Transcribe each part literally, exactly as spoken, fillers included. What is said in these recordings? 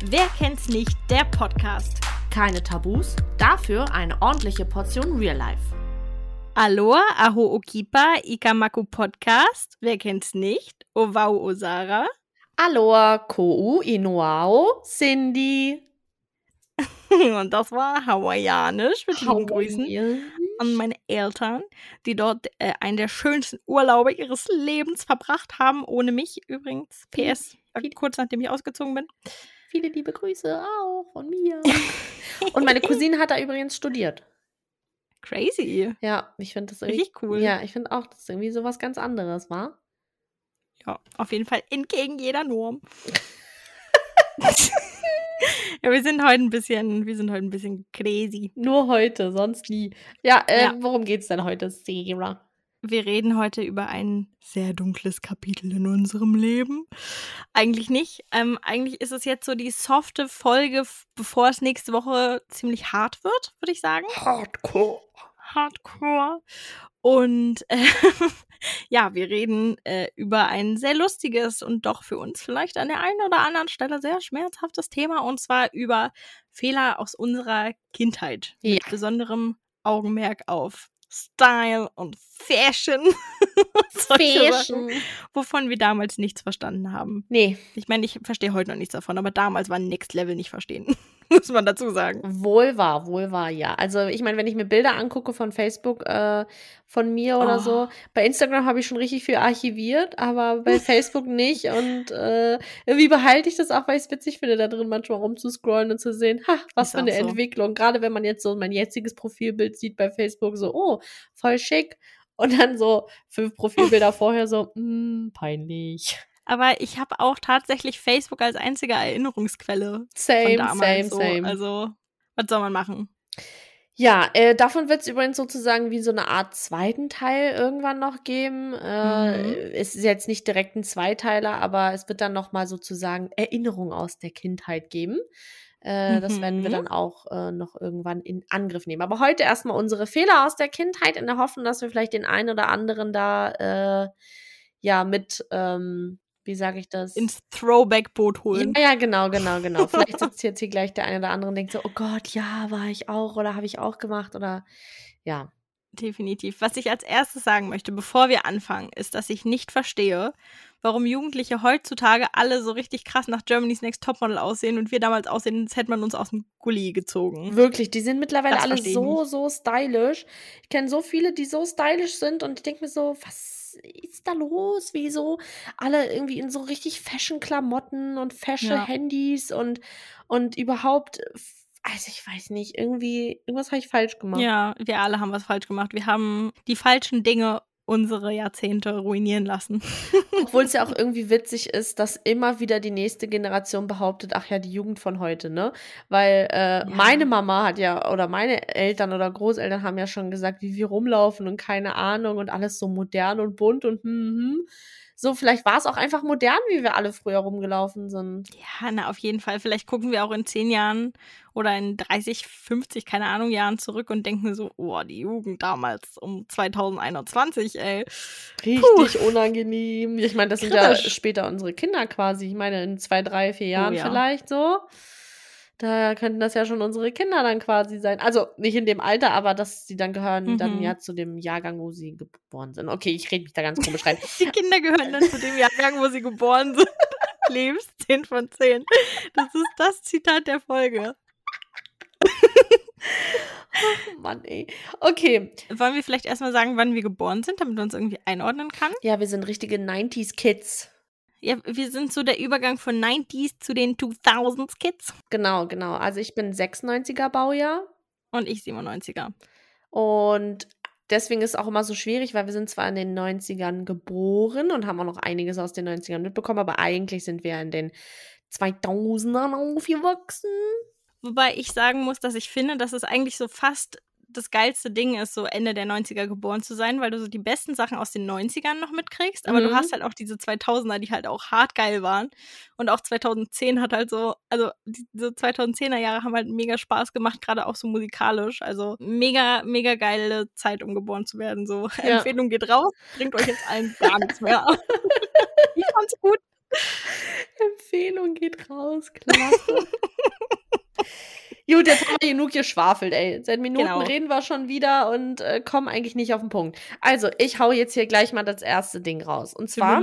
Wer kennt's nicht, der Podcast. Keine Tabus, dafür eine ordentliche Portion Real Life. Aloha, aho okipa, ikamaku Podcast. Wer kennt's nicht? Owau Osara. Aloha, ko'u inoao, Cindy. Und das war hawaiianisch mit lieben Grüßen an meine Eltern, die dort äh, einen der schönsten Urlaube ihres Lebens verbracht haben, ohne mich übrigens. P S, kurz nachdem ich ausgezogen bin. Viele liebe Grüße auch von mir. Und meine Cousine hat da übrigens studiert. Crazy. Ja, ich finde das Richtig cool. Ja, ich finde auch, das ist irgendwie so was ganz anderes, wa? Ja, auf jeden Fall entgegen jeder Norm. Ja, wir sind heute ein bisschen, wir sind heute ein bisschen crazy. Nur heute, sonst nie. Ja, äh, Ja. worum geht's denn heute, Sarah? Wir reden heute über ein sehr dunkles Kapitel in unserem Leben. Eigentlich nicht. Ähm, eigentlich ist es jetzt so die softe Folge, f- bevor es nächste Woche ziemlich hart wird, würde ich sagen. Hardcore. Hardcore. Und äh, ja, wir reden äh, über ein sehr lustiges und doch für uns vielleicht an der einen oder anderen Stelle sehr schmerzhaftes Thema, und zwar über Fehler aus unserer Kindheit. Ja. Mit besonderem Augenmerk auf Style und Fashion. Solche Sachen, wovon wir damals nichts verstanden haben. Nee, Ich meine, ich verstehe heute noch nichts davon, aber damals war Next Level nicht verstehen. Muss man dazu sagen. wohl wahr, wohl wahr, ja. Also ich meine, wenn ich mir Bilder angucke von Facebook äh, von mir oder Oh. so, bei Instagram habe ich schon richtig viel archiviert, aber bei Facebook nicht. Und äh, irgendwie behalte ich das auch, weil ich es witzig finde, da drin manchmal rumzuscrollen und zu sehen, ha, was Ist für auch eine so. Entwicklung. Gerade wenn man jetzt so mein jetziges Profilbild sieht bei Facebook, so, oh, voll schick. Und dann so fünf Profilbilder vorher so, mh, peinlich. Aber ich habe auch tatsächlich Facebook als einzige Erinnerungsquelle von Same, damals. same, so. same. Also, was soll man machen? Ja, äh, davon wird es übrigens sozusagen wie so eine Art zweiten Teil irgendwann noch geben. Äh, Mhm. Es ist jetzt nicht direkt ein Zweiteiler, aber es wird dann nochmal sozusagen Erinnerung aus der Kindheit geben. Äh, Das werden wir Mhm. dann auch äh, noch irgendwann in Angriff nehmen. Aber heute erstmal unsere Fehler aus der Kindheit, in der Hoffnung, dass wir vielleicht den einen oder anderen da äh, ja mit, ähm, wie sage ich das? Ins Throwback-Boot Ja, holen. ja, genau, genau, genau. Vielleicht sitzt jetzt hier gleich der eine oder andere und denkt so, oh Gott, ja, war ich auch oder habe ich auch gemacht oder ja. Definitiv. Was ich als erstes sagen möchte, bevor wir anfangen, ist, dass ich nicht verstehe, warum Jugendliche heutzutage alle so richtig krass nach Germany's Next Topmodel aussehen und wir damals aussehen, als hätte man uns aus dem Gully gezogen. Wirklich, die sind mittlerweile Das alle verstehe ich so, so stylisch. Ich kenne so viele, die so stylisch sind und ich denke mir so, was ist da los? Wieso? Alle irgendwie in so richtig Fashion-Klamotten und Ja. Fashion-Handys und, und überhaupt, also ich weiß nicht, irgendwie, irgendwas habe ich falsch gemacht. Ja, wir alle haben was falsch gemacht. Wir haben die falschen Dinge unsere Jahrzehnte ruinieren lassen. Obwohl es ja auch irgendwie witzig ist, dass immer wieder die nächste Generation behauptet, ach ja, die Jugend von heute, ne? Weil äh, Ja. meine Mama hat ja, oder meine Eltern oder Großeltern haben ja schon gesagt, wie wir rumlaufen und keine Ahnung und alles so modern und bunt und hm, hm. So, vielleicht war es auch einfach modern, wie wir alle früher rumgelaufen sind. Ja, na, auf jeden Fall. Vielleicht gucken wir auch in zehn Jahren oder in dreißig, fünfzig, keine Ahnung, Jahren zurück und denken so, oh, die Jugend damals um zweitausendeinundzwanzig, ey. Richtig unangenehm. Ich meine, das sind ja Kritisch. später unsere Kinder quasi. Ich meine, in zwei, drei, vier Jahren ja. vielleicht so. Da könnten das ja schon unsere Kinder dann quasi sein. Also nicht in dem Alter, aber dass sie dann gehören dann Mhm. ja zu dem Jahrgang, wo sie geboren sind. Okay, ich rede mich da ganz komisch rein. Die Kinder gehören dann zu dem Jahrgang, wo sie geboren sind. Lebens zehn von zehn. Das ist das Zitat der Folge. Oh Mann, ey. Okay. Wollen wir vielleicht erstmal sagen, wann wir geboren sind, damit man uns irgendwie einordnen kann? Ja, wir sind richtige neunziger Kids. Ja, wir sind so der Übergang von neunziger zu den zweitausender Kids. Genau, genau. Also ich bin sechsundneunziger Baujahr. Und ich siebenundneunziger. Und deswegen ist es auch immer so schwierig, weil wir sind zwar in den neunzigern geboren und haben auch noch einiges aus den neunzigern mitbekommen, aber eigentlich sind wir in den zweitausendern aufgewachsen. Wobei ich sagen muss, dass ich finde, dass es eigentlich so fast das geilste Ding ist, so Ende der neunziger geboren zu sein, weil du so die besten Sachen aus den neunzigern noch mitkriegst, aber Mhm. du hast halt auch diese zweitausender, die halt auch hart geil waren. Und auch zweitausendzehn hat halt so, also diese zweitausendzehner Jahre haben halt mega Spaß gemacht, gerade auch so musikalisch. Also mega, mega geile Zeit, um geboren zu werden. So, Ja. Empfehlung geht raus, bringt euch jetzt allen gar nichts mehr. Ich fand's gut. Empfehlung geht raus, klasse. Gut, jetzt haben wir genug geschwafelt, ey. Seit Minuten Genau. reden wir schon wieder und äh, kommen eigentlich nicht auf den Punkt. Also, ich hau jetzt hier gleich mal das erste Ding raus. Und zwar,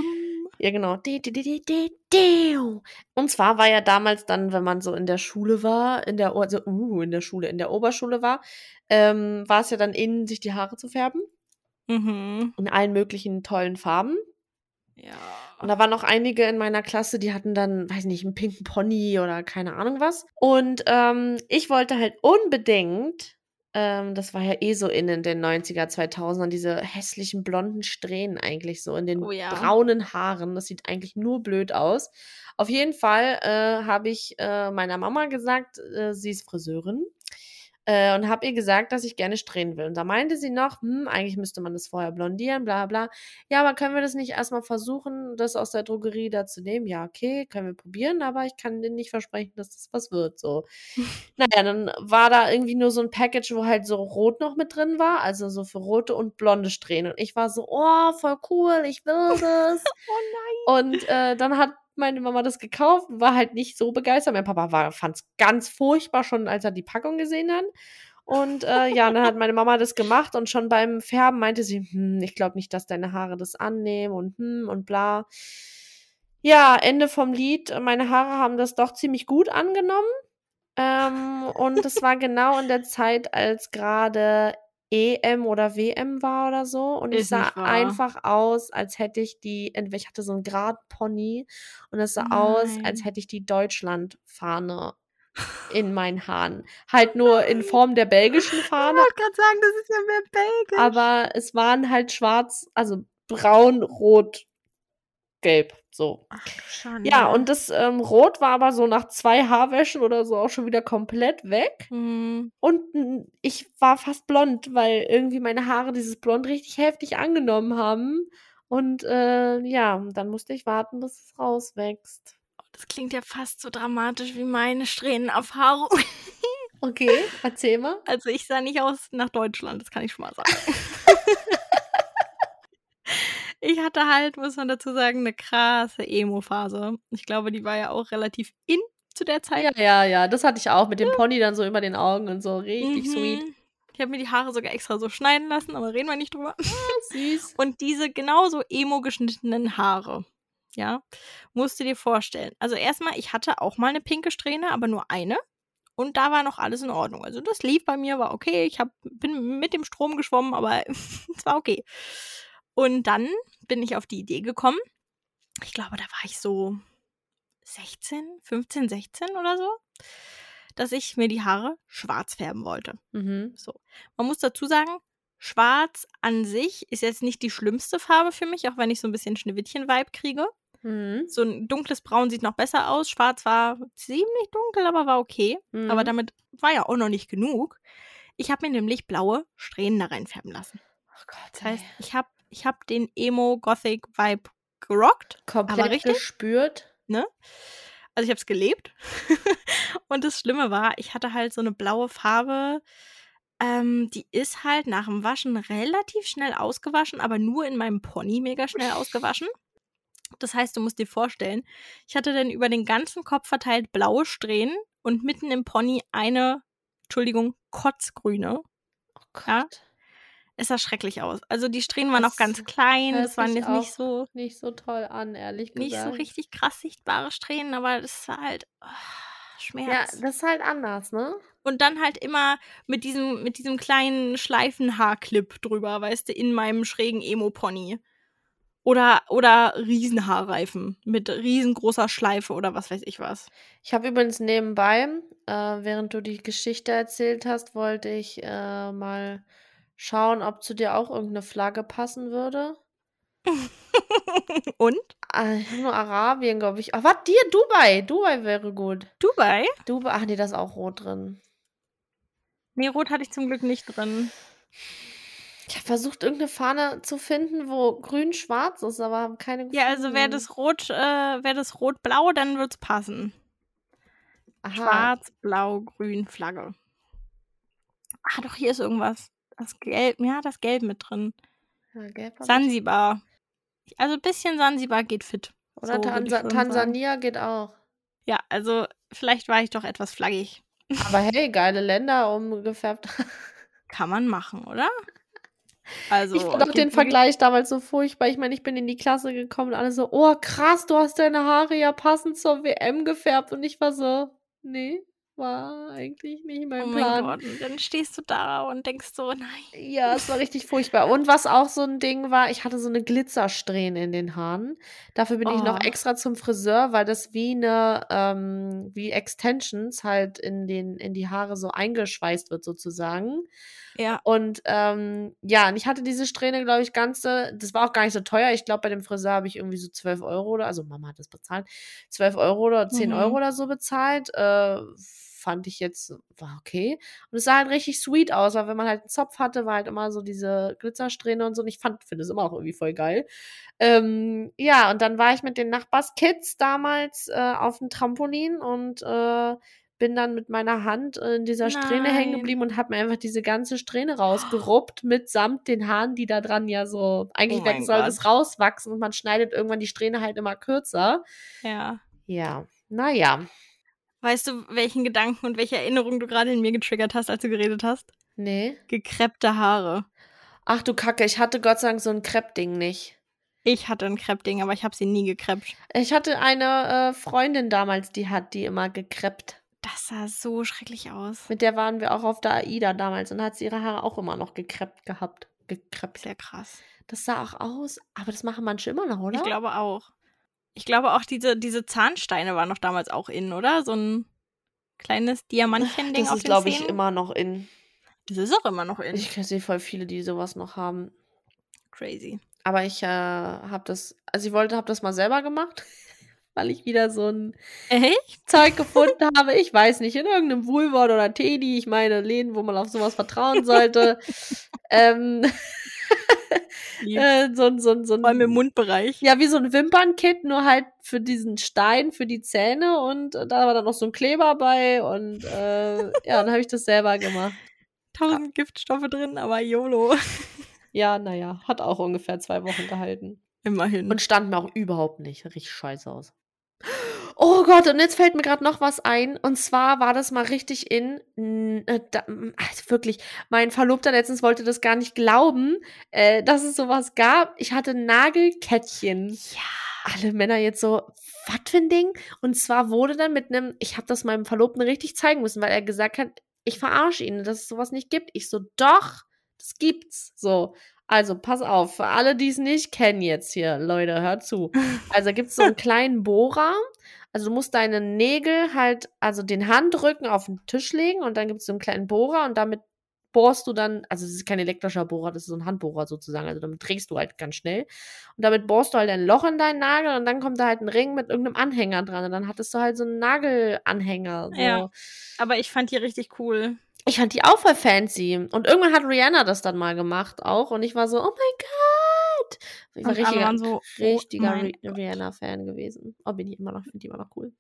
ja genau, di, di, di, di, di, di. Und zwar war ja damals dann, wenn man so in der Schule war, in der, also, uh, in der Schule, in der Oberschule war, ähm, war es ja dann in, sich die Haare zu färben. Mhm. In allen möglichen tollen Farben. Ja. Und da waren noch einige in meiner Klasse, die hatten dann, weiß nicht, einen pinken Pony oder keine Ahnung was. Und ähm, ich wollte halt unbedingt, ähm, das war ja eh so in den neunziger, zweitausendern, diese hässlichen blonden Strähnen eigentlich so in den Oh ja. braunen Haaren. Das sieht eigentlich nur blöd aus. Auf jeden Fall äh, habe ich äh, meiner Mama gesagt, äh, sie ist Friseurin. Äh, und habe ihr gesagt, dass ich gerne strähnen will. Und da meinte sie noch, hm, eigentlich müsste man das vorher blondieren, bla bla. Ja, aber können wir das nicht erstmal versuchen, das aus der Drogerie da zu nehmen? Ja, okay, können wir probieren, aber ich kann dir nicht versprechen, dass das was wird. So. Naja, dann war da irgendwie nur so ein Package, wo halt so rot noch mit drin war, also so für rote und blonde Strähnen. Und ich war so, oh, voll cool, ich will das. Oh nein. Und äh, dann hat meine Mama das gekauft, war halt nicht so begeistert. Mein Papa fand es ganz furchtbar, schon als er die Packung gesehen hat. Und äh, ja, dann hat meine Mama das gemacht und schon beim Färben meinte sie, hm, ich glaube nicht, dass deine Haare das annehmen und hm und bla. Ja, Ende vom Lied. Meine Haare haben das doch ziemlich gut angenommen. Ähm, und das war genau in der Zeit, als gerade E M oder W M war oder so. Und ich Ist sah nicht wahr. einfach aus, als hätte ich die, entweder ich hatte so einen Gradpony und es sah aus, als Nein. hätte ich die Deutschlandfahne in meinen Haaren. Halt nur in Form der belgischen Ich Fahne, wollte gerade sagen, das ist ja mehr belgisch. aber es waren halt schwarz, also braun, rot, gelb, so. Ach du Schande. Ja, und das ähm, Rot war aber so nach zwei Haarwäschen oder so auch schon wieder komplett weg. Mhm. Und mm, ich war fast blond, weil irgendwie meine Haare dieses Blond richtig heftig angenommen haben. Und äh, ja, dann musste ich warten, bis es rauswächst. Das klingt ja fast so dramatisch wie meine Strähnenerfahrung. Okay, erzähl mal. Also ich sah nicht aus nach Deutschland, das kann ich schon mal sagen. Ich hatte halt, muss man dazu sagen, eine krasse Emo-Phase. Ich glaube, die war ja auch relativ in zu der Zeit. Ja, ja, ja, das hatte ich auch mit dem Pony dann so über den Augen und so. Richtig Mhm. sweet. Ich habe mir die Haare sogar extra so schneiden lassen, aber reden wir nicht drüber. Süß. Und diese genauso emo geschnittenen Haare, ja, musst du dir vorstellen. Also erstmal, ich hatte auch mal eine pinke Strähne, aber nur eine. Und da war noch alles in Ordnung. Also das lief bei mir, war okay. Ich hab, bin mit dem Strom geschwommen, aber es war okay. Und dann bin ich auf die Idee gekommen. Ich glaube, da war ich so sechzehn, fünfzehn, sechzehn oder so, dass ich mir die Haare schwarz färben wollte. Mhm. So. Man muss dazu sagen, schwarz an sich ist jetzt nicht die schlimmste Farbe für mich, auch wenn ich so ein bisschen Schneewittchen-Vibe kriege. Mhm. So ein dunkles Braun sieht noch besser aus. Schwarz war ziemlich dunkel, aber war okay. Mhm. Aber damit war ja auch noch nicht genug. Ich habe mir nämlich blaue Strähnen da reinfärben lassen. Oh Gott, Das heißt, ey. ich habe ich hab den Emo-Gothic-Vibe gerockt. Komplett aber richtig, gespürt. ne? Also ich habe es gelebt. Und das Schlimme war, ich hatte halt so eine blaue Farbe, ähm, die ist halt nach dem Waschen relativ schnell ausgewaschen, aber nur in meinem Pony mega schnell ausgewaschen. Das heißt, du musst dir vorstellen, ich hatte dann über den ganzen Kopf verteilt blaue Strähnen und mitten im Pony eine, Entschuldigung, kotzgrüne. Oh Gott. Ja? Es sah schrecklich aus. Also die Strähnen waren Das auch ganz klein, hört das waren sich jetzt nicht auch so, nicht so toll an, ehrlich nicht so gesagt. richtig krass sichtbare Strähnen, aber das war halt ah, Ja, Schmerz. das ist halt anders, ne? Und dann halt immer mit diesem, mit diesem kleinen Schleifenhaarclip drüber, weißt du, in meinem schrägen Emo-Pony. Oder, oder Riesenhaarreifen mit riesengroßer Schleife oder was weiß ich was. Ich habe übrigens nebenbei, äh, während du die Geschichte erzählt hast, wollte ich äh, mal schauen, ob zu dir auch irgendeine Flagge passen würde. Und? Ah, ich habe nur Arabien, glaube ich. Ach, was? Dir? Dubai. Dubai wäre gut. Dubai? Dubai. Ach nee, da ist auch rot drin. Nee, rot hatte ich zum Glück nicht drin. Ich habe versucht, irgendeine Fahne zu finden, wo grün-schwarz ist, aber habe keine gefunden. Ja, also wäre das rot, äh, wäre das rot-blau, dann wird's passen. Aha. Schwarz, blau, grün, Flagge. Ah, doch, hier ist irgendwas. Das Gelb, ja, das Gelb mit drin. Ja, gelb hab ich. Sansibar. Also ein bisschen Sansibar geht fit. Oder So würde ich Tansa schon sagen. Tansania geht auch. Ja, also vielleicht war ich doch etwas flaggig. Aber hey, geile Länder umgefärbt. Kann man machen, oder? Ich Also, fand auch den gibt wirklich Vergleich damals so furchtbar. Ich meine, ich bin in die Klasse gekommen und alle so: „Oh, krass, du hast deine Haare ja passend zur W M gefärbt." Und ich war so: „Ne, war eigentlich nicht Oh mein mein Plan." Gott, und dann stehst du da und denkst so: „Nein." Ja, es war richtig furchtbar. Und was auch so 'n Ding war, ich hatte so 'ne Glitzersträhne in den Haaren. Dafür bin ich noch Oh. extra zum Friseur, weil das wie 'ne ähm, wie Extensions halt in den in die Haare so eingeschweißt wird sozusagen. Ja. Und, ähm, ja, und ich hatte diese Strähne, glaube ich, ganze das war auch gar nicht so teuer. Ich glaube, bei dem Friseur habe ich irgendwie so zwölf Euro oder also Mama hat das bezahlt, zwölf Euro oder zehn Euro Mhm. oder so bezahlt. Äh, fand ich jetzt war okay. Und es sah halt richtig sweet aus, weil wenn man halt 'n Zopf hatte, war halt immer so diese Glitzersträhne und so. Und ich fand finde es immer auch irgendwie voll geil. Ähm, ja, und dann war ich mit den Nachbarskids damals, äh, auf'm Trampolin und, äh, bin dann mit meiner Hand in dieser Strähne hängen geblieben Nein. und habe mir einfach diese ganze Strähne rausgeruppt mitsamt den Haaren, die da dran ja so Oh eigentlich weg mein soll das Gott. rauswachsen und man schneidet irgendwann die Strähne halt immer kürzer. Ja. Ja, na ja. Weißt du, welchen Gedanken und welche Erinnerung du grade in mir getriggert hast, als du geredet hast? Ne. Gekrempte Haare. Ach du Kacke, ich hatte Gott sei Dank so 'n Kreppding nicht. Ich hatte 'n Kreppding, aber ich habe sie nie gekreppt. Ich hatte eine, äh, Freundin damals, die hat die immer gekreppt. Das sah so schrecklich aus. Mit der waren wir auch auf der AIDA damals und hat sie ihre Haare auch immer noch gekreppt gehabt gekreppt. Sehr krass. Das sah auch aus aber das machen manche immer noch, Ich oder? glaube auch. Ich glaube auch, diese diese Zahnsteine waren doch damals auch in, oder? So 'n kleines Diamantchen-Ding Das auf ist, den glaube ich, Zähnen? immer noch in. Das ist auch immer noch in. Ich ke sehe voll viele, die so was noch haben. Crazy. Aber ich, äh, habe das also, ich wollte habe das mal selber gemacht, weil ich wieder so 'n Echt? Zeug gefunden habe. Ich weiß nicht, in irgend 'nem Woolworth oder Teddy, ich meine Läden, wo man auf so was vertrauen sollte. Ähm, Lieb. äh, so 'n so 'n so Vor allem im 'n Mundbereich. ja, wie so 'n Wimpernkit, nur halt für diesen Stein für die Zähne und da war dann noch so 'n Kleber bei und, äh, ja, dann habe ich das selber gemacht. Ja. tausend Giftstoffe drin, aber YOLO. Ja, na ja, hat auch ungefähr zwei Wochen gehalten. Immerhin. Und stand mir auch überhaupt nicht. Richtig scheiße aus. Oh Gott, und jetzt fällt mir grad noch was ein. Und zwar war das mal richtig in, n äh, da hm, also wirklich, mein Verlobter letztens wollte das gar nicht glauben, äh, dass es so was gab. Ich hatte Nagelkettchen. Ja. Alle Männer jetzt so: „Was für 'n Ding?" Und zwar wurde dann mit 'nem ich habe das meinem Verlobten richtig zeigen müssen, weil er gesagt hat, ich verarsche ihn, dass es so was nicht gibt. Ich so: „Doch, das gibt's." So, also pass auf, für alle, die's nicht kennen jetzt hier, Leute, hört zu. Also, gibt's so 'n kleinen Bohrer. Also, du musst deine Nägel halt also, den Handrücken auf 'n Tisch legen und dann gibt's so 'n kleinen Bohrer und damit bohrst du dann also, es ist kein elektrischer Bohrer, das ist so 'n Handbohrer sozusagen, also, damit drehst du halt ganz schnell. Und damit bohrst du halt ein Loch in deinen Nagel und dann kommt da halt 'n Ring mit irgend 'nem Anhänger dran und dann hattest du halt so 'n Nagelanhänger, Ja, so. aber ich fand die richtig cool. Ich fand die auch voll fancy. Und irgendwann hat Rihanna das dann mal gemacht auch und ich war so: „Oh mein Gott!" Ich war Und alle richtiger waren so: „Oh richtiger mein Ri Gott." Rihanna-Fan gewesen. Oh, bin ich immer noch, finde die immer noch cool.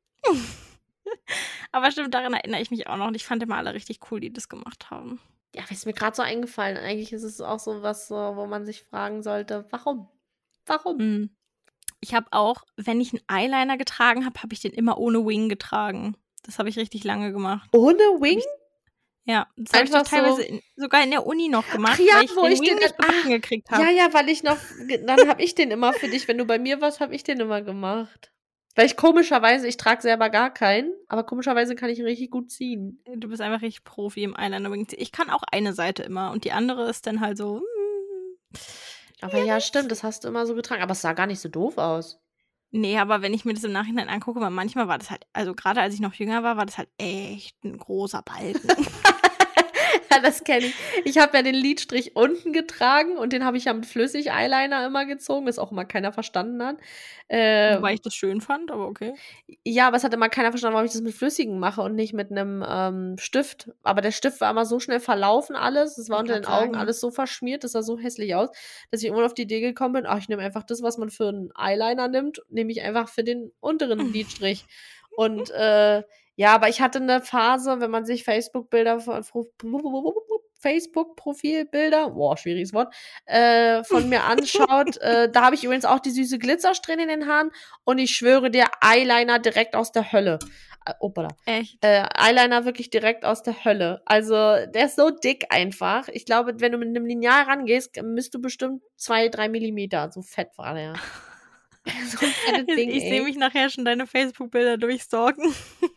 Aber stimmt, daran erinnere ich mich auch noch und ich fand immer alle richtig cool, die das gemacht haben. Ja, ist mir grad so eingefallen. Eigentlich ist es auch so was, so, wo man sich fragen sollte: „Warum? Warum?" Mhm. Ich habe auch wenn ich 'n Eyeliner getragen habe, habe ich den immer ohne Wing getragen. Das habe ich richtig lange gemacht. Ohne Habe Wing? ich ja, das habe ich doch Einfach teilweise so in sogar in der Uni noch Ach gemacht, ja, weil ich wo den ich Wing den dann nicht gebacken ah, gekriegt ja, habe. ja, weil ich noch ge dann habe ich den immer für dich wenn du bei mir warst, habe ich den immer gemacht. Weil ich komischerweise ich trage selber gar keinen, aber komischerweise kann ich ihn richtig gut ziehen. Du bist einfach richtig Profi im Eyeliner-Wing ziehen. Ich kann auch eine Seite immer und die andere ist dann halt so, hm, Aber ja, schwierig. stimmt, das hast du immer so getragen. Aber es sah gar nicht so doof aus. Ne, aber wenn ich mir das im Nachhinein angucke weil manchmal war das halt also, grade als ich noch jünger war, war das halt echt 'n großer Balken. Ja, das kenne ich. Ich habe ja den Lidstrich unten getragen und den habe ich ja mit Flüssig-Eyeliner immer gezogen, was auch immer keiner verstanden hat. Äh, Wobei ich das schön fand, aber okay. ja, aber es hat immer keiner verstanden, warum ich das mit Flüssigem mache und nicht mit 'nem, ähm, Stift. Aber der Stift war immer so schnell verlaufen alles. Es war Wollte unter grad den Augen sagen. alles so verschmiert, das sah so hässlich aus, dass ich irgendwann auf die Idee gekommen bin: „Ach, ich nehme einfach das, was man für 'n Eyeliner nimmt, nehme ich einfach für den unteren Lidstrich." Und, äh, ja, aber ich hatte 'ne Phase, wenn man sich Facebook-Bilder von Facebook-Profilbilder, boah, schwieriges Wort, äh, von mir anschaut, äh, da habe ich übrigens auch die süße Glitzersträhne in den Haaren und ich schwöre dir, Eyeliner direkt aus der Hölle. Äh, Opala. Echt? Äh, Eyeliner wirklich direkt aus der Hölle. Also, der ist so dick einfach. Ich glaube, wenn du mit einem Lineal rangehst, misst du bestimmt zwei, drei Millimeter. So fett war der. So ein fettes Ding, Ich sehe ey. mich nachher schon deine Facebook-Bilder durchstalken.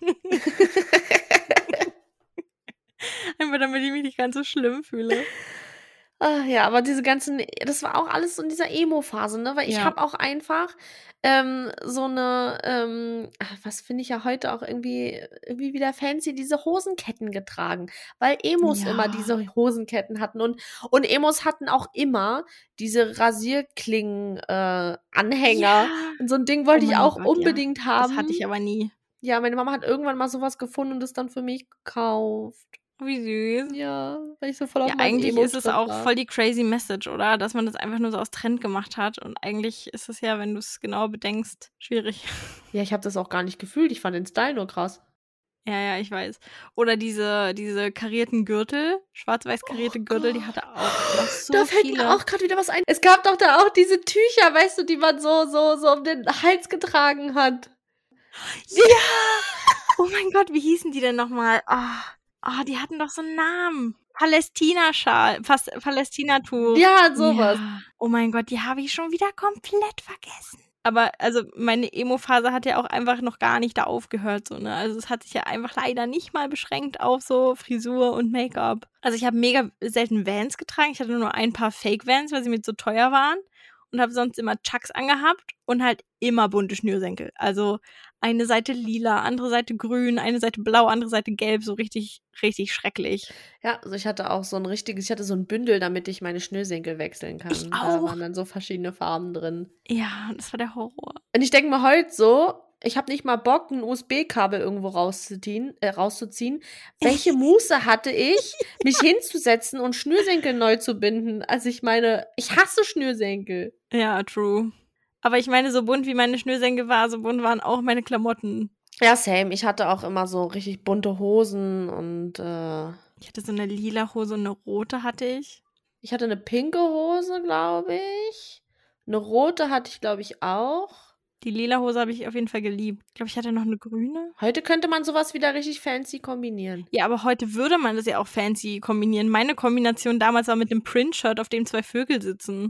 Einfach damit ich mich nicht ganz so schlimm fühle. Ah, ja, aber diese ganzen, das war auch alles so in dieser Emo-Phase, ne? Weil ich Ja. habe auch einfach ähm, so eine, ähm, ach, was finde ich ja heute auch irgendwie, irgendwie wieder fancy, diese Hosenketten getragen. Weil Emos Ja. immer diese Hosenketten hatten und, und Emos hatten auch immer diese Rasierklingen-Anhänger. Ja. Und so ein Ding wollte Oh ich mein auch Gott, unbedingt ja. haben. Das hatte ich aber nie. Ja, meine Mama hat irgendwann mal sowas gefunden und das dann für mich gekauft. Wie süß. Ja, weil ich so voll auf Ja, meinem eigentlich ist es Emo-Trip auch war. voll die crazy Message, oder? Dass man das einfach nur so aus Trend gemacht hat. Und eigentlich ist es ja, wenn du es genau bedenkst, schwierig. Ja, ich habe das auch gar nicht gefühlt. Ich fand den Style nur krass. Ja, ja, ich weiß. Oder diese, diese karierten Gürtel, schwarz-weiß karierte Oh Gürtel, die Gott. hatte auch noch so Da fällt viele. mir auch gerade wieder was ein. Es gab doch da auch diese Tücher, weißt du, die man so, so, so um den Hals getragen hat. Ja! Oh mein Gott, wie hießen die denn nochmal? Ah, oh, die hatten doch so einen Namen. Palästina-Schal, Pas Palästina-Tuch. Ja, sowas. Ja. Oh mein Gott, die habe ich schon wieder komplett vergessen. Aber also meine Emo-Phase hat ja auch einfach noch gar nicht da aufgehört, so, ne? Also es hat sich ja einfach leider nicht mal beschränkt auf so Frisur und Make-up. Also ich habe mega selten Vans getragen. Ich hatte nur ein paar Fake-Vans, weil sie mir zu teuer waren. Und habe sonst immer Chucks angehabt und halt immer bunte Schnürsenkel. Also eine Seite lila, andere Seite grün, eine Seite blau, andere Seite gelb. So richtig, richtig schrecklich. Ja, also ich hatte auch so ein richtiges, ich hatte so ein Bündel, damit ich meine Schnürsenkel wechseln kann. Ich Da auch. waren dann so verschiedene Farben drin. Ja, das war der Horror. Und ich denke mir heute so, ich habe nicht mal Bock, ein U S B-Kabel irgendwo rauszuziehen, äh, rauszuziehen. Welche Muße hatte ich, mich hinzusetzen und Schnürsenkel neu zu binden? Also ich meine, ich hasse Schnürsenkel. Ja, true. Aber ich meine, so bunt wie meine Schnürsenkel war, so bunt waren auch meine Klamotten. Ja, same. Ich hatte auch immer so richtig bunte Hosen und äh, Ich hatte so eine lila Hose und eine rote hatte ich. ich hatte eine pinke Hose, glaube ich. Eine rote hatte ich, glaube ich, auch. Die lila Hose habe ich auf jeden Fall geliebt. Ich glaube, ich hatte noch eine grüne. Heute könnte man sowas wieder richtig fancy kombinieren. Ja, aber heute würde man das ja auch fancy kombinieren. Meine Kombination damals war mit dem Print-Shirt, auf dem zwei Vögel sitzen.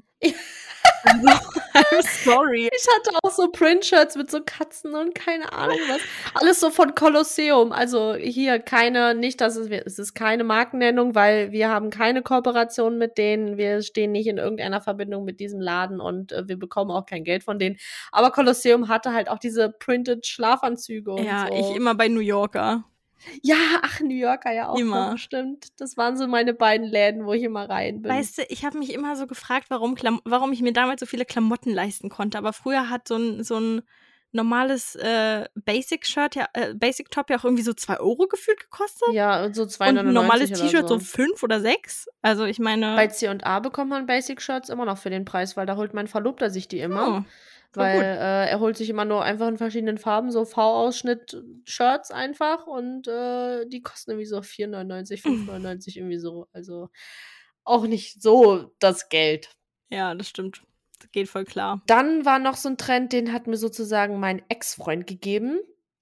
Also, I'm sorry. Ich hatte auch so Print-Shirts mit so Katzen und keine Ahnung was. Alles so von Kolosseum. Also hier keine, nicht, dass es, es ist keine Markennennung, weil wir haben keine Kooperation mit denen. Wir stehen nicht in irgendeiner Verbindung mit diesem Laden und äh, wir bekommen auch kein Geld von denen. Aber Kolosseum hatte halt auch diese printed Schlafanzüge und Ja, so. ich immer bei New Yorker. Ja, ach, New Yorker ja auch Immer. noch, stimmt. Das waren so meine beiden Läden, wo ich immer rein bin. Weißt du, ich habe mich immer so gefragt, warum, Klam warum ich mir damals so viele Klamotten leisten konnte. Aber früher hat so ein, so ein normales äh, Basic-Shirt, ja, äh, Basic-Top ja auch irgendwie so zwei Euro gefühlt gekostet. Ja, und so zwei Und ein normales neunundneunzig T-Shirt oder so fünf oder sechs. Also ich meine. Bei C und A bekommt man Basic-Shirts immer noch für den Preis, weil da holt mein Verlobter sich die immer. Oh, voll weil gut. äh, er holt sich immer nur einfach in verschiedenen Farben so V-Ausschnitt-Shirts einfach und äh, die kosten irgendwie so vier neunundneunzig, fünf neunundneunzig irgendwie so. Also auch nicht so das Geld. Ja, das stimmt. Das geht voll klar. Dann war noch so ein Trend, den hat mir sozusagen mein Ex-Freund gegeben.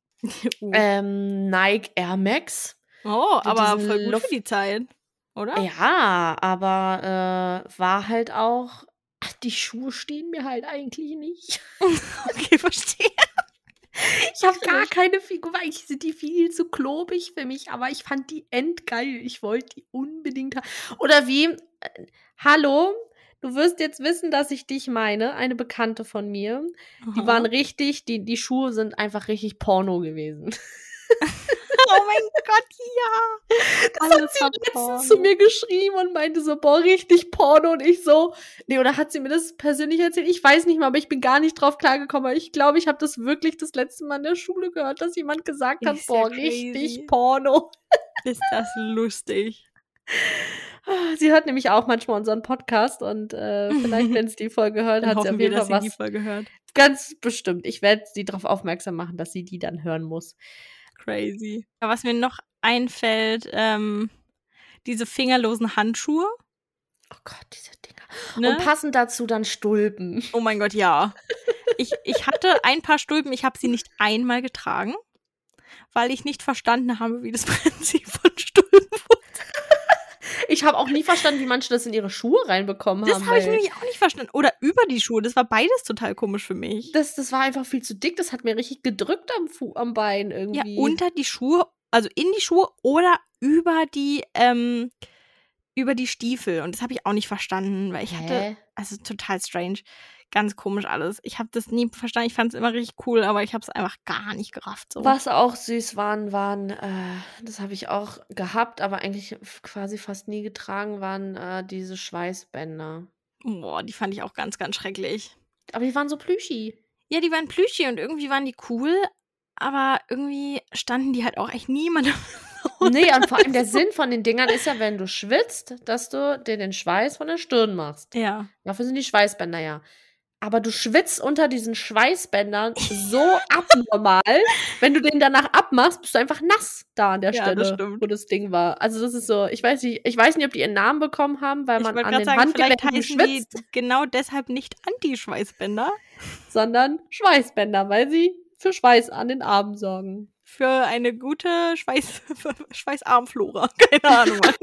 Uh. Ähm, Nike Air Max. Oh, Mit aber diesen voll gut Luft- für die Zeit, oder? Ja, aber äh, war halt auch, ach, die Schuhe stehen mir halt eigentlich nicht. Okay, verstehe. Ich habe gar keine Figur, weil ich sind die viel zu klobig für mich, aber ich fand die endgeil. Ich wollte die unbedingt haben. Oder wie, äh, hallo, du wirst jetzt wissen, dass ich dich meine, eine Bekannte von mir. Die Aha. waren richtig, die, die Schuhe sind einfach richtig Porno gewesen. Oh mein Gott, ja. Das Alles hat sie hat letztens Porno. zu mir geschrieben und meinte so, boah, richtig Porno. Und ich so, nee, oder hat sie mir das persönlich erzählt? Ich weiß nicht mal, aber ich bin gar nicht drauf klargekommen. Aber ich glaube, ich habe das wirklich das letzte Mal in der Schule gehört, dass jemand gesagt hat, Ist ja boah, crazy. richtig Porno. Ist das lustig. Sie hört nämlich auch manchmal unseren Podcast und äh, vielleicht, wenn sie die Folge hört, Dann hat sie hoffen auf wir, jeden dass Fall sie die was. Folge hört. Ganz bestimmt. Ich werde sie darauf aufmerksam machen, dass sie die dann hören muss. Crazy. Aber was mir noch einfällt, ähm, diese fingerlosen Handschuhe. Oh Gott, diese Dinger. Ne? Und passend dazu dann Stulpen. Oh mein Gott, ja. Ich, ich hatte ein paar Stulpen, ich habe sie nicht einmal getragen, weil ich nicht verstanden habe, wie das Prinzip von Stulpen funktioniert. Ich habe auch nie verstanden, wie manche das in ihre Schuhe reinbekommen Das haben. habe ich weil nämlich auch nicht verstanden. Oder über die Schuhe, das war beides total komisch für mich. Das, das war einfach viel zu dick, das hat mir richtig gedrückt am, Fu am Bein Ja, irgendwie. unter die Schuhe, also in die Schuhe oder über die, ähm, über die Stiefel. Und das habe ich auch nicht verstanden, weil ich hatte, Hä? also total strange, ganz komisch alles. Ich habe das nie verstanden, ich fand es immer richtig cool, aber ich habe es einfach gar nicht gerafft. So. Was auch süß waren, waren, äh, das habe ich auch gehabt, aber eigentlich f- quasi fast nie getragen, waren äh, diese Schweißbänder. Boah, die fand ich auch ganz, ganz schrecklich. Aber die waren so plüschi. Ja, die waren plüschig und irgendwie waren die cool, aber irgendwie standen die halt auch echt niemandem. Nee, und vor allem der Sinn von den Dingern ist ja, wenn du schwitzt, dass du dir den Schweiß von der Stirn machst. Ja. Dafür sind die Schweißbänder ja. Aber du schwitzt unter diesen Schweißbändern so abnormal. Wenn du den danach abmachst, bist du einfach nass da an der Ja, das Stelle, stimmt. wo das Ding war. Also das ist so, ich weiß nicht, ich weiß nicht, ob die ihren Namen bekommen haben, weil Ich man wollte an gerade den sagen, vielleicht Handgelenken heißen die schwitzt, genau deshalb nicht Anti-Schweißbänder. sondern Schweißbänder, weil sie für Schweiß an den Armen sorgen. Für eine gute Schweiß Schweißarmflora. Keine Ahnung. Mann.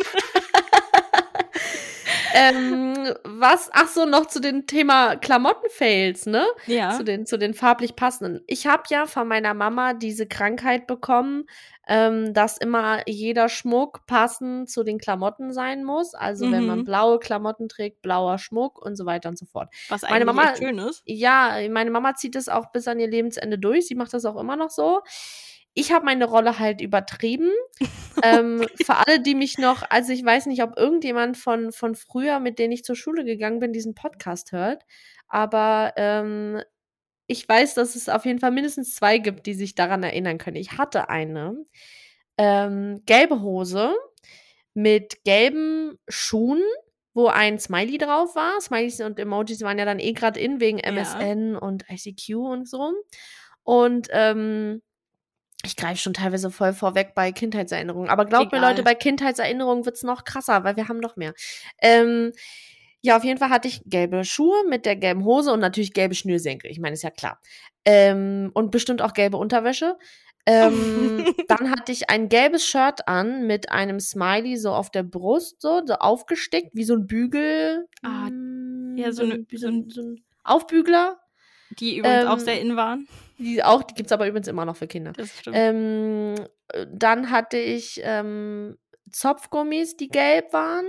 ähm, was, ach so, noch zu dem Thema Klamotten-Fails, ne? Ja. Zu den, zu den farblich passenden. Ich habe ja von meiner Mama diese Krankheit bekommen, ähm, dass immer jeder Schmuck passend zu den Klamotten sein muss. Also wenn man Mhm. blaue Klamotten trägt, blauer Schmuck und so weiter und so fort. Was Meine eigentlich Mama, echt schön ist. ja, meine Mama zieht es auch bis an ihr Lebensende durch. Sie macht das auch immer noch so. Ich habe meine Rolle halt übertrieben. ähm, für alle, die mich noch, also ich weiß nicht, ob irgendjemand von, von früher, mit denen ich zur Schule gegangen bin, diesen Podcast hört, aber ähm, ich weiß, dass es auf jeden Fall mindestens zwei gibt, die sich daran erinnern können. Ich hatte eine ähm, gelbe Hose mit gelben Schuhen, wo ein Smiley drauf war. Smileys und Emojis waren ja dann eh gerade in, wegen M S N ja. und I C Q und so. Und ähm, ich greife schon teilweise voll vorweg bei Kindheitserinnerungen. Aber glaubt Egal. mir, Leute, bei Kindheitserinnerungen wird's noch krasser, weil wir haben noch mehr. Ähm, ja, auf jeden Fall hatte ich gelbe Schuhe mit der gelben Hose und natürlich gelbe Schnürsenkel. Ich meine, ist ja klar. Ähm, und bestimmt auch gelbe Unterwäsche. Ähm, dann hatte ich ein gelbes Shirt an mit einem Smiley so auf der Brust, so, so aufgestickt, wie so ein Bügel. Ah, mm, ja, so, so, ne, ein, wie so so, ein, ein, so ein Aufbügler. die übrigens Ähm, auch sehr in waren. Die auch, die gibt's aber übrigens immer noch für Kinder. Das stimmt. Ähm, äh, dann hatte ich ähm, Zopfgummis, die gelb waren.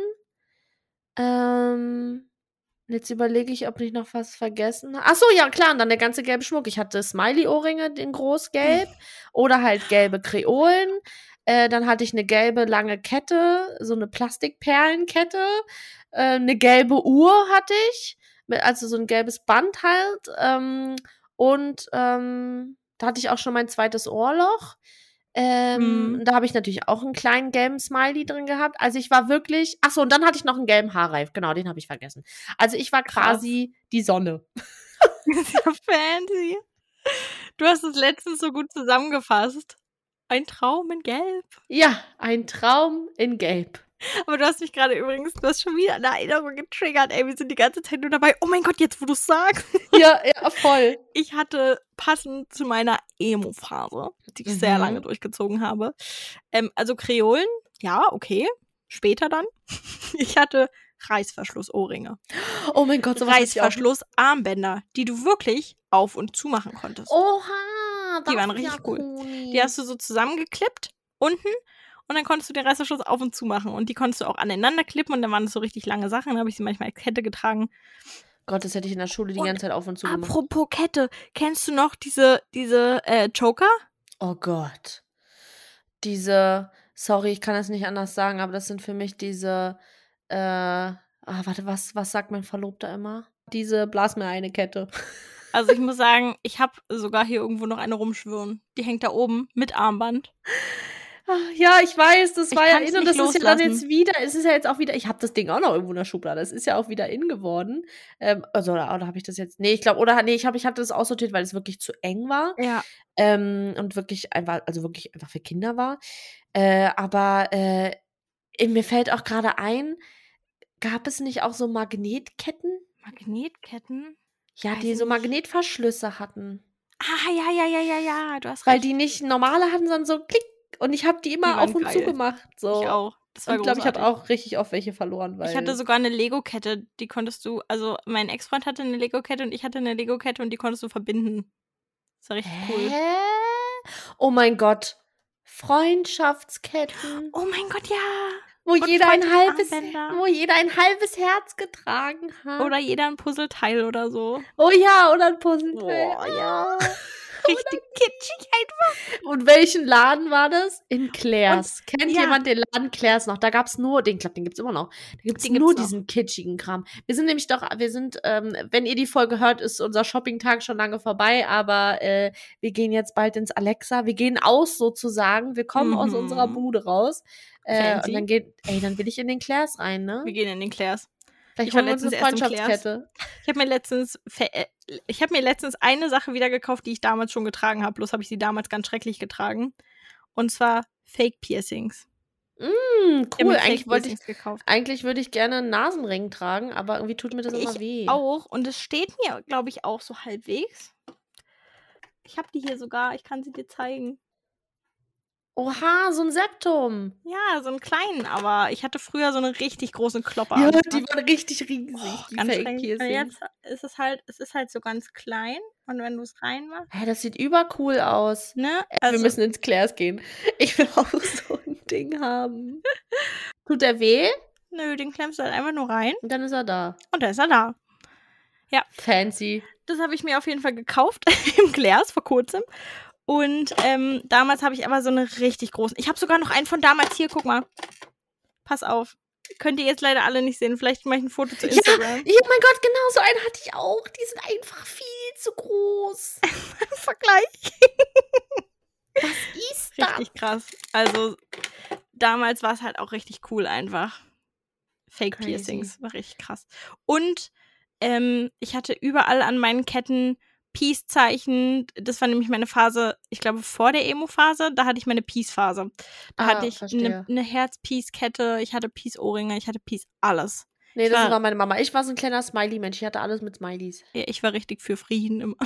Ähm, jetzt überlege ich, ob ich noch was vergessen habe. Ach so, ja klar, und dann der ganze gelbe Schmuck. Ich hatte Smiley-Ohrringe in großgelb oder halt gelbe Kreolen. Äh, dann hatte ich eine gelbe lange Kette, so eine Plastikperlenkette. Äh, eine gelbe Uhr hatte ich, mit, also so ein gelbes Band halt. Ähm, und ähm, da hatte ich auch schon mein zweites Ohrloch. Ähm, Mhm. Da habe ich natürlich auch einen kleinen gelben Smiley drin gehabt. Also ich war wirklich. Ach so, und dann hatte ich noch einen gelben Haarreif. Genau, den habe ich vergessen. Also ich war quasi die Sonne. Das ist ja fancy. Du hast es letztens so gut zusammengefasst. Ein Traum in Gelb. Ja, ein Traum in Gelb. Aber du hast mich gerade übrigens, du hast schon wieder eine Erinnerung getriggert. Ey, wir sind die ganze Zeit nur dabei. Oh mein Gott, jetzt wo du es sagst. Ja, ja, voll. Ich hatte passend zu meiner Emo-Phase, die ich Mhm. sehr lange durchgezogen habe. Ähm, also Kreolen, ja, okay. Später dann. Ich hatte Reißverschluss-Ohrringe. Oh mein Gott, sowas hatte ich auch. Reißverschluss-Armbänder, die du wirklich auf- und zumachen konntest. Oha, Die das waren ist richtig ja cool. cool. Die hast du so zusammengeklippt, unten, und dann konntest du den Reißverschluss auf und zu machen. Und die konntest du auch aneinander klippen und dann waren das so richtig lange Sachen. Dann habe ich sie manchmal als Kette getragen. Gott, das hätte ich in der Schule die Und ganze Zeit auf und zu gemacht. Apropos Kette, kennst du noch diese, diese äh, Choker? Oh Gott. Diese, sorry, ich kann das nicht anders sagen, aber das sind für mich diese, äh, ah, warte, was, was sagt mein Verlobter immer? Diese Blas mir eine Kette. Also ich muss sagen, ich habe sogar hier irgendwo noch eine rumschwirren. Die hängt da oben mit Armband. Ach, ja, ich weiß, das Ich war ja kann's in und nicht das ist ja dann loslassen. jetzt wieder, es ist ja jetzt auch wieder, ich habe das Ding auch noch irgendwo in der Schublade, das ist ja auch wieder in geworden. Ähm, also, oder, oder habe ich das jetzt, nee, ich glaube, oder, nee, ich habe ich hatte das aussortiert, weil es wirklich zu eng war. Ja. Ähm, und wirklich einfach, also wirklich einfach für Kinder war. Äh, aber äh, Äh, mir fällt auch gerade ein, gab es nicht auch so Magnetketten? Magnetketten? Ja, Weiß die so nicht. Magnetverschlüsse hatten. Ah, ja, ja, ja, ja, ja, du hast Weil recht. die nicht normale hatten, sondern so klick und ich habe die Die immer waren auf und zu geil. gemacht, Ich so. auch. Das war Und glaube, ich habe großartig. auch richtig oft welche verloren, Ich hatte weil sogar 'ne Lego-Kette, die konntest du also, mein Ex-Freund hatte 'ne Lego-Kette und ich hatte 'ne Lego-Kette und die konntest du verbinden. Das war richtig cool. Hä? Oh mein Gott. Freundschaftsketten. Oh mein Gott, ja. Wo Und jeder ein halbes Freundschaftsarmbänder. wo jeder ein halbes Herz getragen hat. Oder jeder 'n Puzzleteil oder so. Oh ja, oder 'n Puzzleteil. Boah, ja. Oder Richtig kitschig einfach. Und welchen Laden war das? In Und Claire's. Kennt ja. jemand den Laden Claire's noch? Da gab's nur den ich glaube, den gibt's immer noch. Da gibt's Den nur gibt's noch. diesen kitschigen Kram. Wir sind nämlich doch wir sind, ähm wenn ihr die Folge hört, ist unser Shoppingtag schon lange vorbei, aber, äh, wir gehen jetzt bald ins Alexa. Wir gehen aus sozusagen. Wir kommen aus unserer Mhm. Bude raus. Äh, und Fancy. dann geht ey, dann will ich in den Claire's rein, Wir ne? gehen in den Claire's. Vielleicht Ich war holen wir uns 'ne letztens erst im Claire's. Freundschaftskette. Ich habe mir letztens fe äh, ich habe mir letztens eine Sache wieder gekauft, die ich damals schon getragen habe, bloß habe ich sie damals ganz schrecklich getragen. Und zwar Fake Piercings. Mm, Ich habe cool. mir Fake Eigentlich wollte ich Piercings gekauft. eigentlich würde ich gerne 'n Nasenring tragen, aber irgendwie tut mir das immer Ich weh. auch und es steht mir, glaube ich, auch so halbwegs. Ich habe die hier sogar, ich kann sie dir zeigen. Oha, so 'n Septum. Ja, so 'n kleinen, aber ich hatte früher so 'ne richtig großen Klopper Ja, an, die ne? waren richtig riesig, Oh, die ganz Fake schrecklich. Und Piercings. jetzt ist es halt es ist halt so ganz klein und wenn du's reinmachst Hä, das sieht übercool aus. ne? Äh, wir Also müssen ins Claire's gehen. Ich will auch so 'n Ding haben. Tut der weh? Nö, den klemmst du halt einfach nur rein Und dann ist er da. und dann ist er da. Ja. Fancy. Das habe ich mir auf jeden Fall gekauft im Claire's vor Kurzem. Und, ähm, damals habe ich aber so 'ne richtig großen ich habe sogar noch einen von damals hier, guck mal. Pass auf. Könnt ihr jetzt leider alle nicht sehen. Vielleicht mache ich 'n Foto zu Ja, Instagram. ja, mein Gott, genau so einen hatte ich auch. Die sind einfach viel zu groß. Im Vergleich. Was ist das? Richtig krass. Also, damals war's halt auch richtig cool einfach. Fake Crazy. Piercings, war richtig krass. Und, ähm, ich hatte überall an meinen Ketten Peace-Zeichen. Das war nämlich meine Phase, ich glaube, vor der Emo-Phase, da hatte ich meine Peace-Phase. Da Ah, hatte ich 'ne verstehe. 'ne Herz-Peace-Kette, ich hatte Peace-Ohrringe, ich hatte Peace alles. Ne, Ich das war war meine Mama. Ich war so 'n kleiner Smiley-Mensch. Ich hatte alles mit Smileys. Ja, ich war richtig für Frieden immer.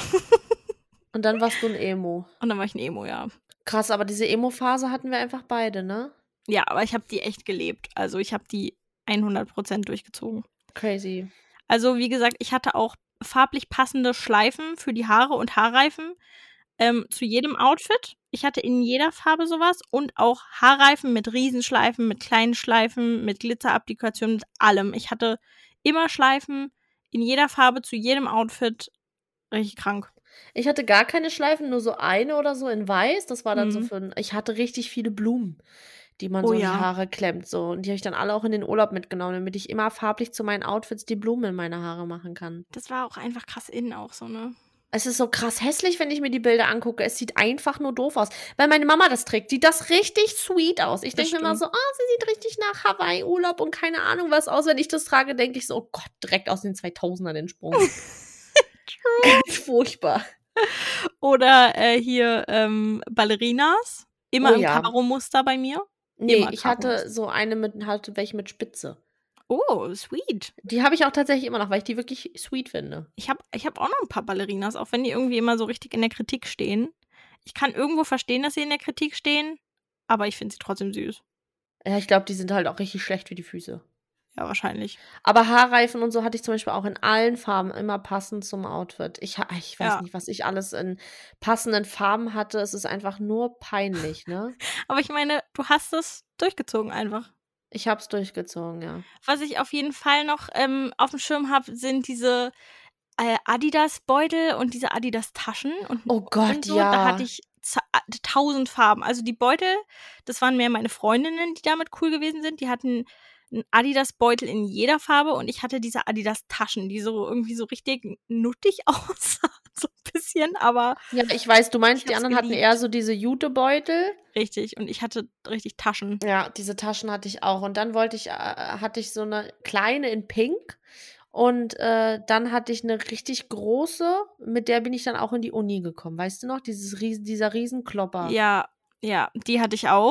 Und dann warst du 'n Emo. Und dann war ich 'n Emo, ja. Krass, aber diese Emo-Phase hatten wir einfach beide, ne? Ja, aber ich habe die echt gelebt. Also, ich habe die hundert Prozent durchgezogen. Crazy. Also, wie gesagt, ich hatte auch farblich passende Schleifen für die Haare und Haarreifen, ähm, zu jedem Outfit. Ich hatte in jeder Farbe so was und auch Haarreifen mit Riesenschleifen, mit kleinen Schleifen, mit Glitzerapplikationen, mit allem. Ich hatte immer Schleifen in jeder Farbe zu jedem Outfit. Richtig krank. Ich hatte gar keine Schleifen, nur so eine oder so in weiß. Das war dann so Mhm. für 'n ich hatte richtig viele Blumen, die man Oh so in die ja. Haare klemmt so. Und die habe ich dann alle auch in den Urlaub mitgenommen, damit ich immer farblich zu meinen Outfits die Blumen in meine Haare machen kann. Das war auch einfach krass in auch so, ne? Es ist so krass hässlich, wenn ich mir die Bilder angucke. Es sieht einfach nur doof aus. Weil meine Mama das trägt, sieht das richtig sweet aus. Ich Das denke mir immer stimmt. so: „Ah, sie sieht richtig nach Hawaii-Urlaub und keine Ahnung was aus.“ Wenn ich das trage, denke ich so: „Oh Gott, direkt aus den zweitausendern entsprungen.“ True. Ganz furchtbar. Oder, äh, hier, ähm, Ballerinas. Immer Oh im ja. Karo-Muster bei mir. Ne, Immer ich hatte Karo-Muster. so eine mit hatte welche mit Spitze. Oh, sweet. Die habe ich auch tatsächlich immer noch, weil ich die wirklich sweet finde. Ich habe ich habe auch noch 'n paar Ballerinas, auch wenn die irgendwie immer so richtig in der Kritik stehen. Ich kann irgendwo verstehen, dass sie in der Kritik stehen, aber ich finde sie trotzdem süß. Ja, ich glaube, die sind halt auch richtig schlecht für die Füße. Ja, wahrscheinlich. Aber Haarreifen und so hatte ich zum Beispiel auch in allen Farben, immer passend zum Outfit. Ich ha ich weiß Ja. nicht, was ich alles in passenden Farben hatte. Es ist einfach nur peinlich, ne? Aber ich meine, du hast es durchgezogen einfach. Ich habe es durchgezogen, ja. Was ich auf jeden Fall noch, ähm, auf'm Schirm habe, sind diese, äh, Adidas-Beutel und diese Adidas-Taschen und Oh Gott, und so. Da hatte ja. ich za tausend Farben. Also, die Beutel, das waren mehr meine Freundinnen, die damit cool gewesen sind. Die hatten 'n Adidas-Beutel in jeder Farbe und ich hatte diese Adidas-Taschen, die so irgendwie so richtig nuttig aussahen, so 'n bisschen, aber Ja, ich weiß, du ich meinst, die habe es anderen hatten eher geliebt. so diese Jutebeutel. Richtig, und ich hatte richtig Taschen. Ja, diese Taschen hatte ich auch. Und dann wollte ich äh, hatte ich so 'ne kleine in pink und, äh, dann hatte ich 'ne richtig große, mit der bin ich dann auch in die Uni gekommen. Weißt du noch, dieses riesen dieser Riesenklopper? Ja, ja, die hatte ich auch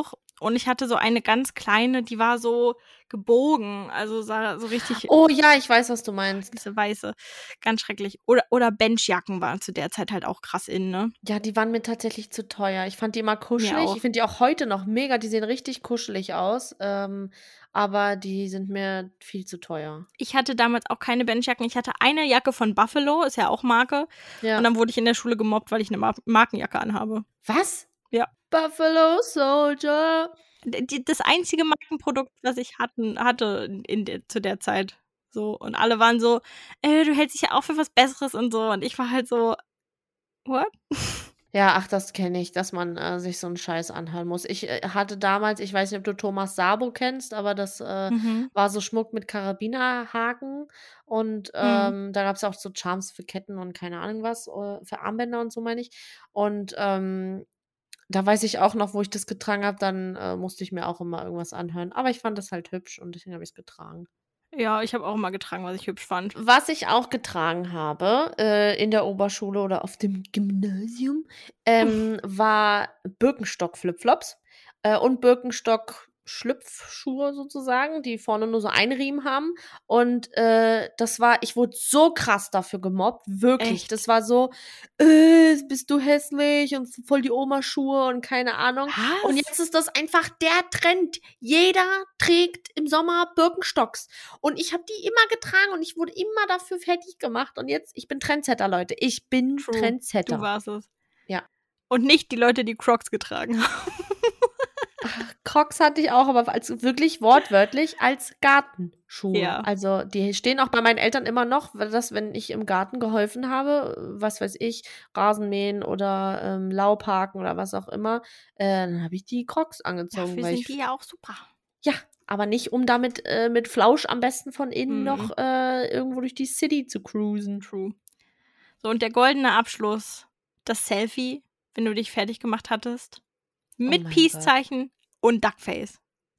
und ich hatte so eine ganz kleine, die war so gebogen, also sah so richtig Oh ja, ich weiß, was du meinst. diese weiße, ganz schrecklich. Oder, oder Benchjacken waren zu der Zeit halt auch krass in, ne? Ja, die waren mir tatsächlich zu teuer. Ich fand die immer Mir kuschelig. auch. Ich finde die auch heute noch mega. Die sehen richtig kuschelig aus. Ähm, aber die sind mir viel zu teuer. Ich hatte damals auch keine Benchjacken. Ich hatte eine Jacke von Buffalo, ist ja auch Marke. Ja. Und dann wurde ich in der Schule gemobbt, weil ich eine Mar- Markenjacke anhabe. Was? Ja. Buffalo Soldier. D- die- Das einzige Markenprodukt, was ich hatten, hatte in der, zu der Zeit. So. Und alle waren so, äh, du hältst dich ja auch für was Besseres und so. Und ich war halt so, what? Ja, ach, das kenne ich, dass man äh, sich so einen Scheiß anhören muss. Ich äh, hatte damals, ich weiß nicht, ob du Thomas Sabo kennst, aber das äh, Mhm. war so Schmuck mit Karabinerhaken und Mhm. ähm, da gab es auch so Charms für Ketten und keine Ahnung was, äh, für Armbänder und so meine ich. Und ähm, da weiß ich auch noch, wo ich das getragen habe, dann äh, musste ich mir auch immer irgendwas anhören. Aber ich fand das halt hübsch und deswegen habe ich es getragen. Ja, ich habe auch immer getragen, was ich hübsch fand. Was ich auch getragen habe äh, in der Oberschule oder auf dem Gymnasium, ähm, war Birkenstock-Flipflops äh, und Birkenstock-Schlüpfschuhe sozusagen, die vorne nur so einen Riemen haben. Und äh, das war, ich wurde so krass dafür gemobbt, wirklich. Echt? Das war so, äh, bist du hässlich und voll die Oma-Schuhe und keine Ahnung. Und Was? jetzt ist das einfach der Trend. Jeder trägt im Sommer Birkenstocks. Und ich habe die immer getragen und ich wurde immer dafür fertig gemacht. Und jetzt, ich bin Trendsetter, Leute. Ich bin True. Trendsetter. Du warst es. Ja. Und nicht die Leute, die Crocs getragen haben. Ach, Crocs hatte ich auch, aber als wirklich wortwörtlich als Gartenschuhe. Ja. Also die stehen auch bei meinen Eltern immer noch, weil das, wenn ich im Garten geholfen habe, was weiß ich, Rasenmähen oder ähm, Laubhaken oder was auch immer, äh, dann habe ich die Crocs angezogen. Dafür weil sind ich, die ja auch super. ja, aber nicht, um damit äh, mit Flausch am besten von innen Mhm. noch äh, irgendwo durch die City zu cruisen. True. So, und der goldene Abschluss, das Selfie, wenn du dich fertig gemacht hattest, mit mein Peace-Zeichen und Duckface.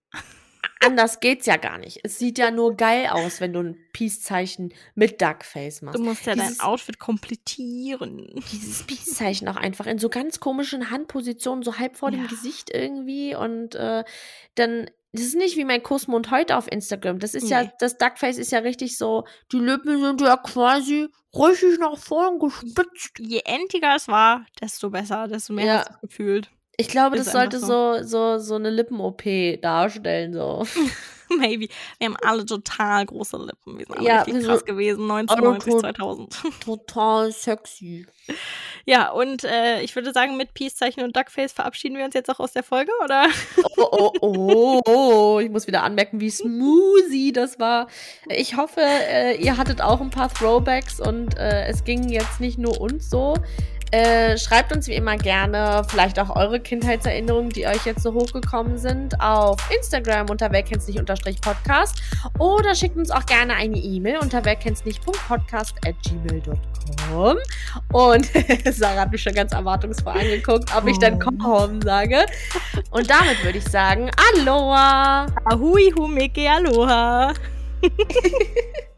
Anders geht's ja gar nicht. Es sieht ja nur geil aus, wenn du ein Peace-Zeichen mit Duckface machst. Du musst ja Dieses- dein Outfit komplettieren. Dieses Peace-Zeichen auch einfach in so ganz komischen Handpositionen, so halb vor dem Ja. Gesicht irgendwie. Und äh, dann, das ist nicht wie mein Kussmund heute auf Instagram. Das ist ja, Nee. das Duckface ist ja richtig so, die Lippen sind ja quasi richtig nach vorn gespitzt. Je entiger es war, desto besser, desto mehr Ja. hast du es gefühlt. Ich glaube, Ist das einfach sollte so, so, so eine Lippen-O P darstellen. So. Maybe. Wir haben alle total große Lippen. Wir sind alle Ja, richtig wir so- krass gewesen, neunzehnhundertneunzig, tot- zweitausend. Total sexy. Ja, und äh, ich würde sagen, mit Peace-Zeichen und Duckface verabschieden wir uns jetzt auch aus der Folge, oder? Oh, oh, oh, oh, ich muss wieder anmerken, wie smoothie das war. Ich hoffe, äh, ihr hattet auch ein paar Throwbacks und äh, es ging jetzt nicht nur uns so. Äh, schreibt uns wie immer gerne vielleicht auch eure Kindheitserinnerungen, die euch jetzt so hochgekommen sind, auf Instagram unter wer kennt's nicht unterstrich Podcast oder schickt uns auch gerne eine E-Mail unter wer kennt's nicht Punkt podcast at gmail Punkt com. Und Sarah hat mich schon ganz erwartungsvoll angeguckt, ob ich dann komm sage. Und damit würde ich sagen, Aloha! Ahui, humeke, aloha.